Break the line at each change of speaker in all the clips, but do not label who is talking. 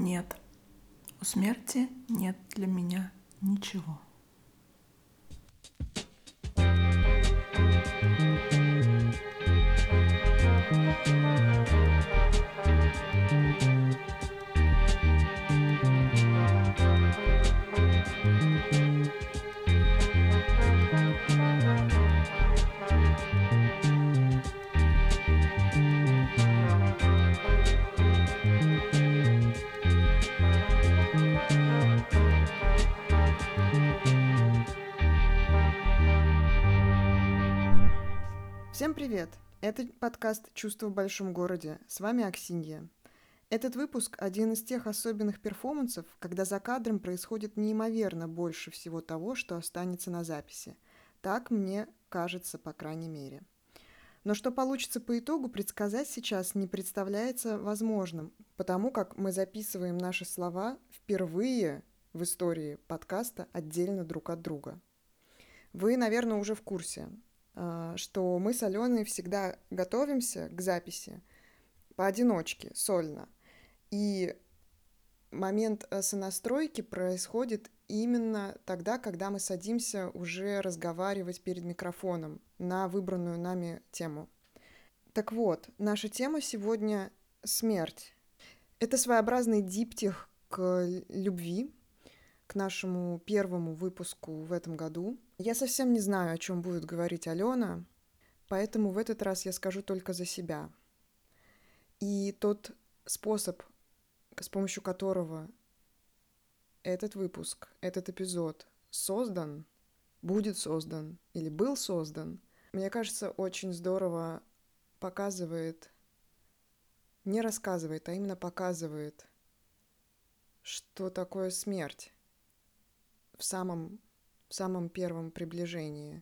Нет, у смерти нет для меня ничего.
Всем привет! Это подкаст «Чувства в большом городе». С вами Аксинья. Этот выпуск – один из тех особенных перформансов, когда за кадром происходит неимоверно больше всего того, что останется на записи. Так мне кажется, по крайней мере. Но что получится по итогу, предсказать сейчас не представляется возможным, потому как мы записываем наши слова впервые в истории подкаста отдельно друг от друга. Вы, наверное, уже в курсе, что мы с Аленой всегда готовимся к записи поодиночке, сольно. И момент сонастройки происходит именно тогда, когда мы садимся уже разговаривать перед микрофоном на выбранную нами тему. Так вот, наша тема сегодня — смерть. Это своеобразный диптих к любви, к нашему первому выпуску в этом году. Я совсем не знаю, о чем будет говорить Алена, поэтому в этот раз я скажу только за себя. И тот способ, с помощью которого этот выпуск, этот эпизод создан, будет создан или был создан, мне кажется, очень здорово показывает, не рассказывает, а именно показывает, что такое смерть в самом первом приближении.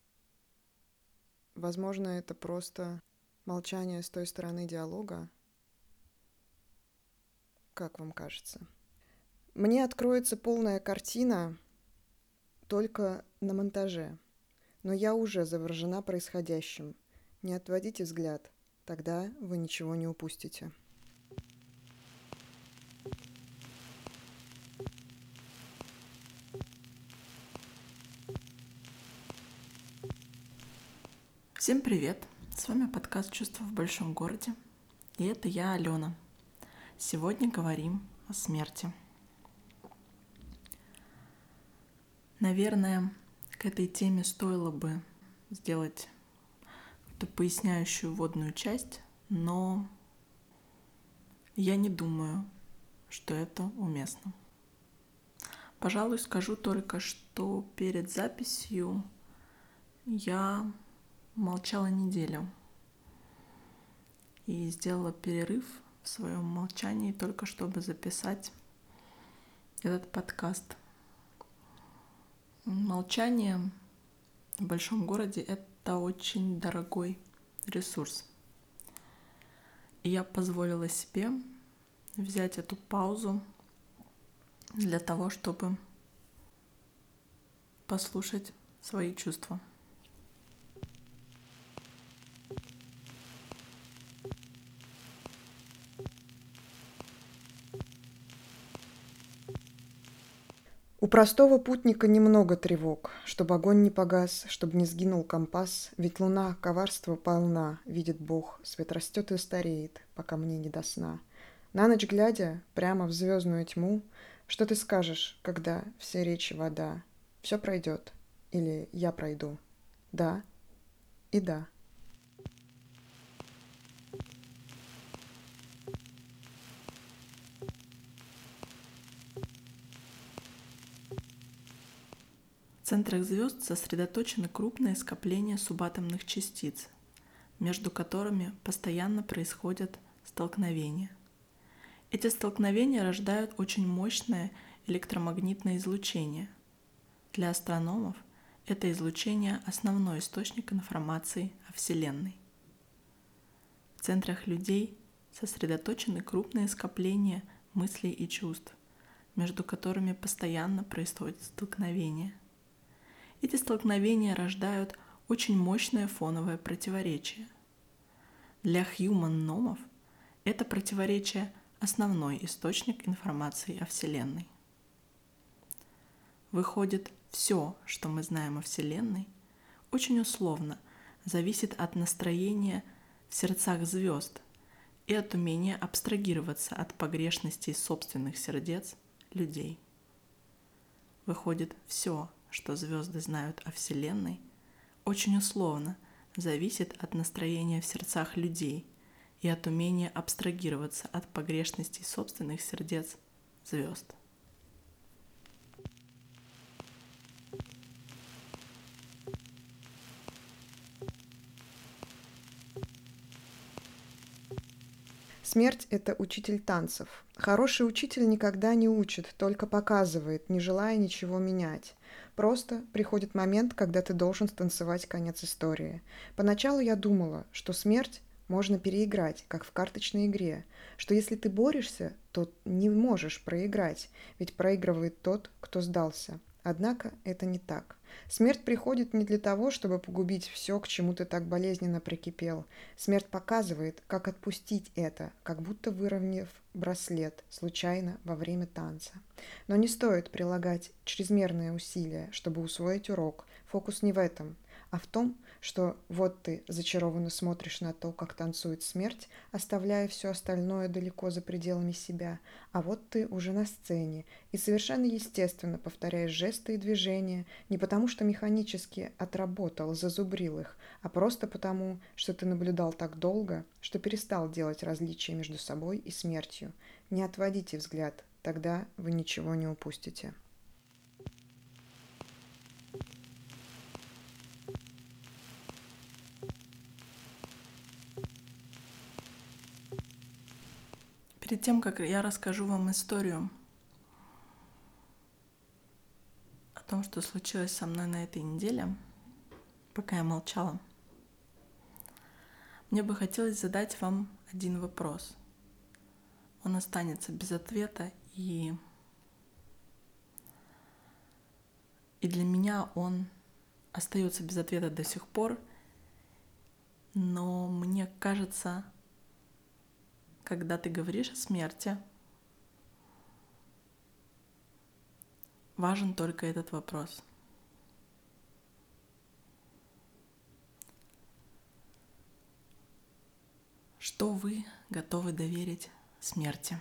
Возможно, это просто молчание с той стороны диалога. Как вам кажется? Мне откроется полная картина только на монтаже, но я уже заворожена происходящим. Не отводите взгляд, тогда вы ничего не упустите.
Всем привет! С вами подкаст «Чувства в большом городе». И это я, Алена. Сегодня говорим о смерти. Наверное, к этой теме стоило бы сделать какую-то поясняющую вводную часть, но я не думаю, что это уместно. Пожалуй, скажу только, что перед записью я молчала неделю и сделала перерыв в своем молчании только чтобы записать этот подкаст. Молчание в большом городе — это очень дорогой ресурс. И я позволила себе взять эту паузу для того, чтобы послушать свои чувства.
У простого путника немного тревог, чтобы огонь не погас, чтобы не сгинул компас, ведь луна коварства полна, видит Бог, свет растет и стареет, пока мне не до сна. На ночь глядя прямо в звездную тьму, что ты скажешь, когда все речи вода? Все пройдет, или я пройду? Да и да.
В центрах звезд сосредоточены крупные скопления субатомных частиц, между которыми постоянно происходят столкновения. Эти столкновения рождают очень мощное электромагнитное излучение. Для астрономов это излучение – основной источник информации о Вселенной. В центрах людей сосредоточены крупные скопления мыслей и чувств, между которыми постоянно происходят столкновения. Эти столкновения рождают очень мощное фоновое противоречие. Для хьюман-номов это противоречие основной источник информации о Вселенной. Выходит, все, что мы знаем о Вселенной, очень условно зависит от настроения в сердцах звезд и от умения абстрагироваться от погрешностей собственных сердец людей. Выходит, все, что звезды знают о Вселенной, очень условно зависит от настроения в сердцах людей и от умения абстрагироваться от погрешностей собственных сердец звезд.
Смерть – это учитель танцев. Хороший учитель никогда не учит, только показывает, не желая ничего менять. Просто приходит момент, когда ты должен станцевать конец истории. Поначалу я думала, что смерть можно переиграть, как в карточной игре, что если ты борешься, то не можешь проиграть, ведь проигрывает тот, кто сдался. Однако это не так. Смерть приходит не для того, чтобы погубить все, к чему ты так болезненно прикипел. Смерть показывает, как отпустить это, как будто выровняв браслет случайно во время танца. Но не стоит прилагать чрезмерные усилия, чтобы усвоить урок. Фокус не в этом, а в том, что вот ты зачарованно смотришь на то, как танцует смерть, оставляя все остальное далеко за пределами себя, а вот ты уже на сцене и совершенно естественно повторяешь жесты и движения не потому, что механически отработал, зазубрил их, а просто потому, что ты наблюдал так долго, что перестал делать различия между собой и смертью. Не отводите взгляд, тогда вы ничего не упустите.
Перед тем, как я расскажу вам историю о том, что случилось со мной на этой неделе, пока я молчала, мне бы хотелось задать вам один вопрос. Он останется без ответа, и для меня он остается без ответа до сих пор, но мне кажется, когда ты говоришь о смерти, важен только этот вопрос. Что вы готовы доверить смерти?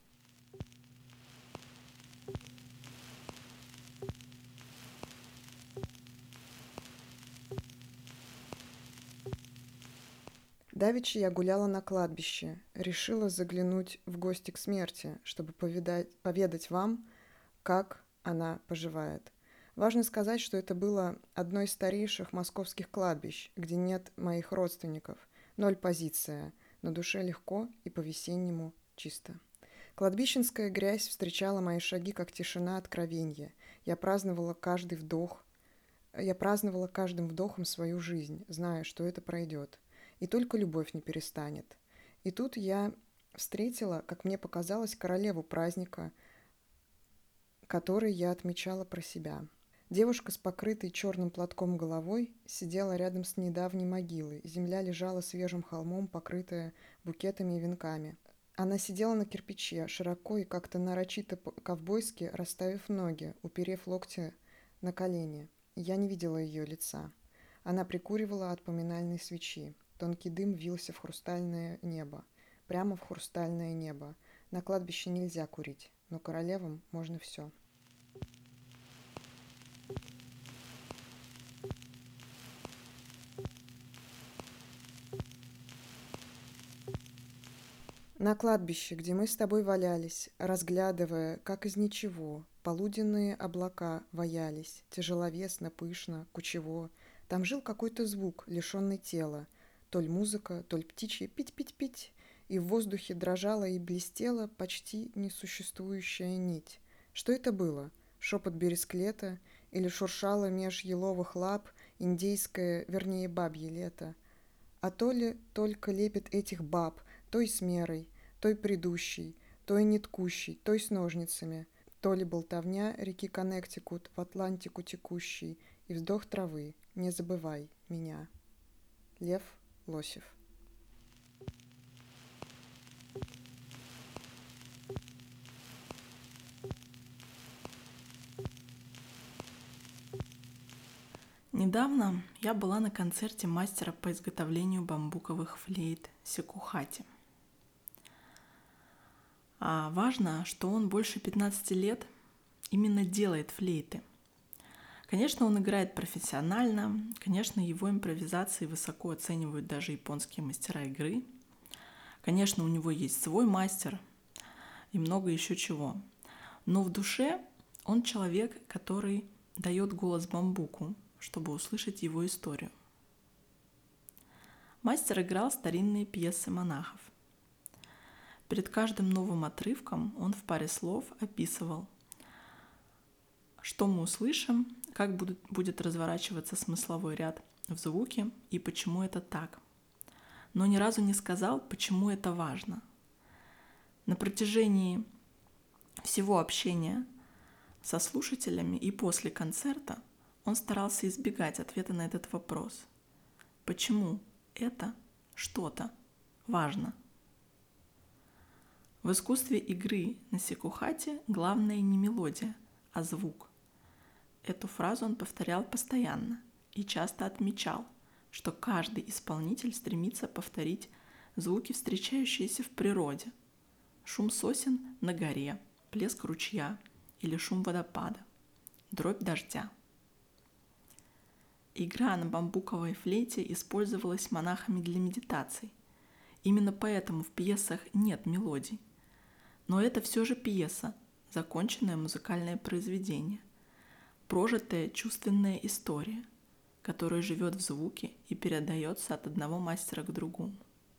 Давеча я гуляла на кладбище, решила заглянуть в гости к смерти, чтобы поведать вам, как она поживает. Важно сказать, что это было одно из старейших московских кладбищ, где нет моих родственников. 0 позиция, на душе легко и по-весеннему чисто. Кладбищенская грязь встречала мои шаги, как тишина откровенья. Я праздновала каждым вдохом свою жизнь, зная, что это пройдет. И только любовь не перестанет. И тут я встретила, как мне показалось, королеву праздника, который я отмечала про себя. Девушка с покрытой черным платком головой сидела рядом с недавней могилой. Земля лежала свежим холмом, покрытая букетами и венками. Она сидела на кирпиче, широко и как-то нарочито ковбойски, расставив ноги, уперев локти на колени. Я не видела ее лица. Она прикуривала от поминальной свечи. Тонкий дым вился в хрустальное небо. Прямо в хрустальное небо. На кладбище нельзя курить, но королевам можно все. На кладбище, где мы с тобой валялись, разглядывая, как из ничего, полуденные облака ваялись, тяжеловесно, пышно, кучево. Там жил какой-то звук, лишенный тела, то ли музыка, то ли птичье пить-пить-пить, и в воздухе дрожала и блестела почти несуществующая нить. Что это было? Шепот бересклета или шуршало меж еловых лап индейское, вернее, бабье лето? А то ли только лепет этих баб, той с мерой, той предыдущей, той неткущей, той с ножницами, то ли болтовня реки Коннектикут в Атлантику текущей, и вздох травы, не забывай меня. Лев Лосев.
Недавно я была на концерте мастера по изготовлению бамбуковых флейт Секухати. Важно, что он больше 15 лет именно делает флейты. Конечно, он играет профессионально, конечно, его импровизации высоко оценивают даже японские мастера игры. Конечно, у него есть свой мастер и много еще чего. Но в душе он человек, который дает голос бамбуку, чтобы услышать его историю. Мастер играл старинные пьесы монахов. Перед каждым новым отрывком он в паре слов описывал, что мы услышим, как будет разворачиваться смысловой ряд в звуке и почему это так. Но ни разу не сказал, почему это важно. На протяжении всего общения со слушателями и после концерта он старался избегать ответа на этот вопрос. Почему это что-то важно? В искусстве игры на секухати главное не мелодия, а звук. Эту фразу он повторял постоянно и часто отмечал, что каждый исполнитель стремится повторить звуки, встречающиеся в природе. Шум сосен на горе, плеск ручья или шум водопада, дробь дождя. Игра на бамбуковой флейте использовалась монахами для медитаций. Именно поэтому в пьесах нет мелодий. Но это все же пьеса, законченное музыкальное произведение, прожитая чувственная история, которая живет в звуке и передается от одного мастера к другому.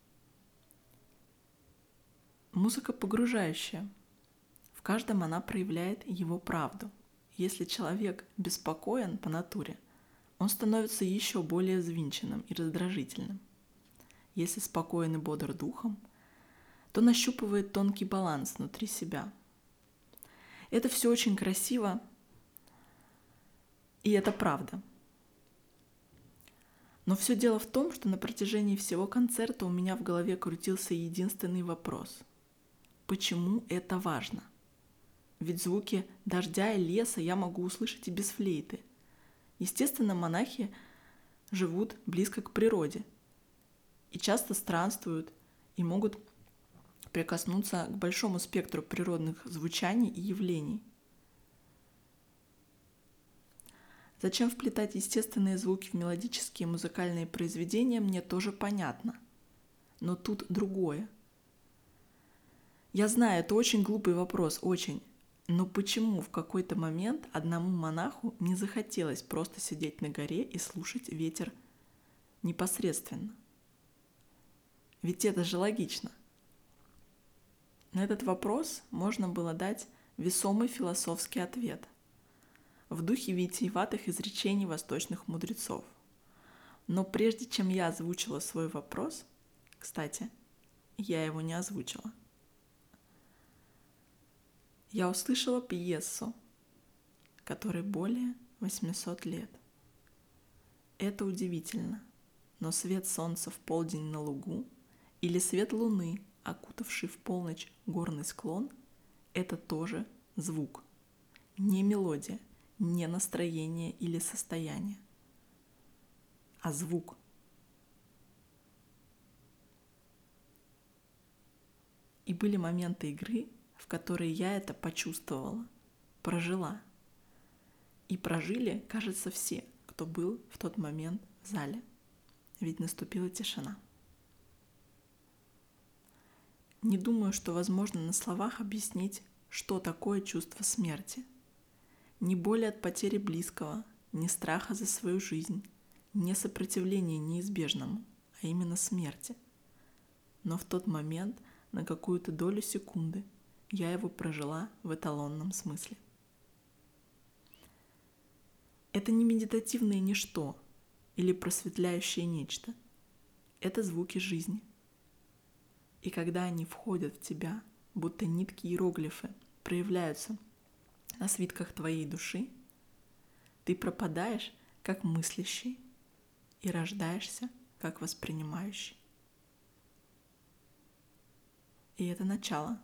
Музыка погружающая. В каждом она проявляет его правду. Если человек беспокоен по натуре, он становится еще более взвинченным и раздражительным. Если спокоен и бодр духом, то нащупывает тонкий баланс внутри себя. Это все очень красиво, и это правда. Но все дело в том, что на протяжении всего концерта у меня в голове крутился единственный вопрос. Почему это важно? Ведь звуки дождя и леса я могу услышать и без флейты. Естественно, монахи живут близко к природе и часто странствуют и могут прикоснуться к большому спектру природных звучаний и явлений. Зачем вплетать естественные звуки в мелодические музыкальные произведения, мне тоже понятно. Но тут другое. Я знаю, это очень глупый вопрос, очень. Но почему в какой-то момент одному монаху не захотелось просто сидеть на горе и слушать ветер непосредственно? Ведь это же логично. На этот вопрос можно было дать весомый философский ответ в духе витиеватых изречений восточных мудрецов. Но прежде чем я озвучила свой вопрос, кстати, я его не озвучила, я услышала пьесу, которой более 800 лет. Это удивительно, но свет солнца в полдень на лугу или свет луны, окутавший в полночь горный склон, это тоже звук, не мелодия, не настроение или состояние, а звук. И были моменты игры, в которые я это почувствовала, прожила. И прожили, кажется, все, кто был в тот момент в зале. Ведь наступила тишина. Не думаю, что возможно на словах объяснить, что такое чувство смерти. Ни боли от потери близкого, ни страха за свою жизнь, ни сопротивления неизбежному, а именно смерти. Но в тот момент, на какую-то долю секунды, я его прожила в эталонном смысле. Это не медитативное ничто или просветляющее нечто. Это звуки жизни. И когда они входят в тебя, будто нитки иероглифы проявляются на свитках твоей души, ты пропадаешь как мыслящий и рождаешься как воспринимающий. И это начало.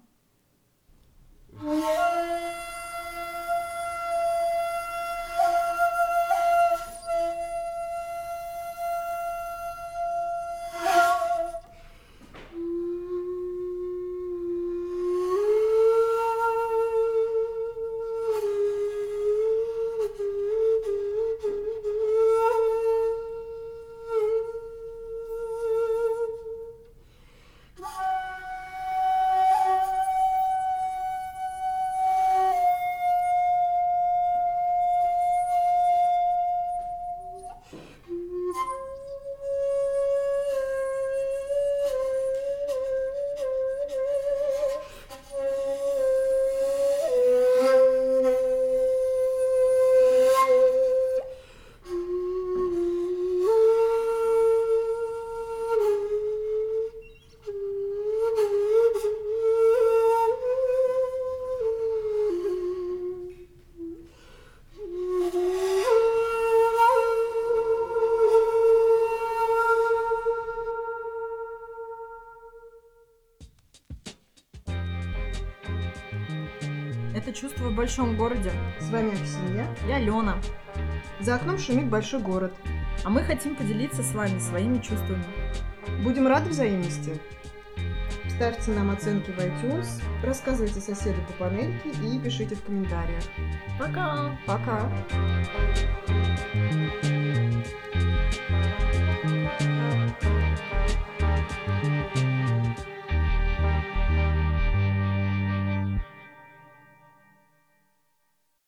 Это чувство в большом городе.
С вами Аксинья.
Я Лена.
За окном шумит большой город.
А мы хотим поделиться с вами своими чувствами.
Будем рады взаимности. Ставьте нам оценки в iTunes, рассказывайте соседу по панельке и пишите в комментариях.
Пока!
Пока!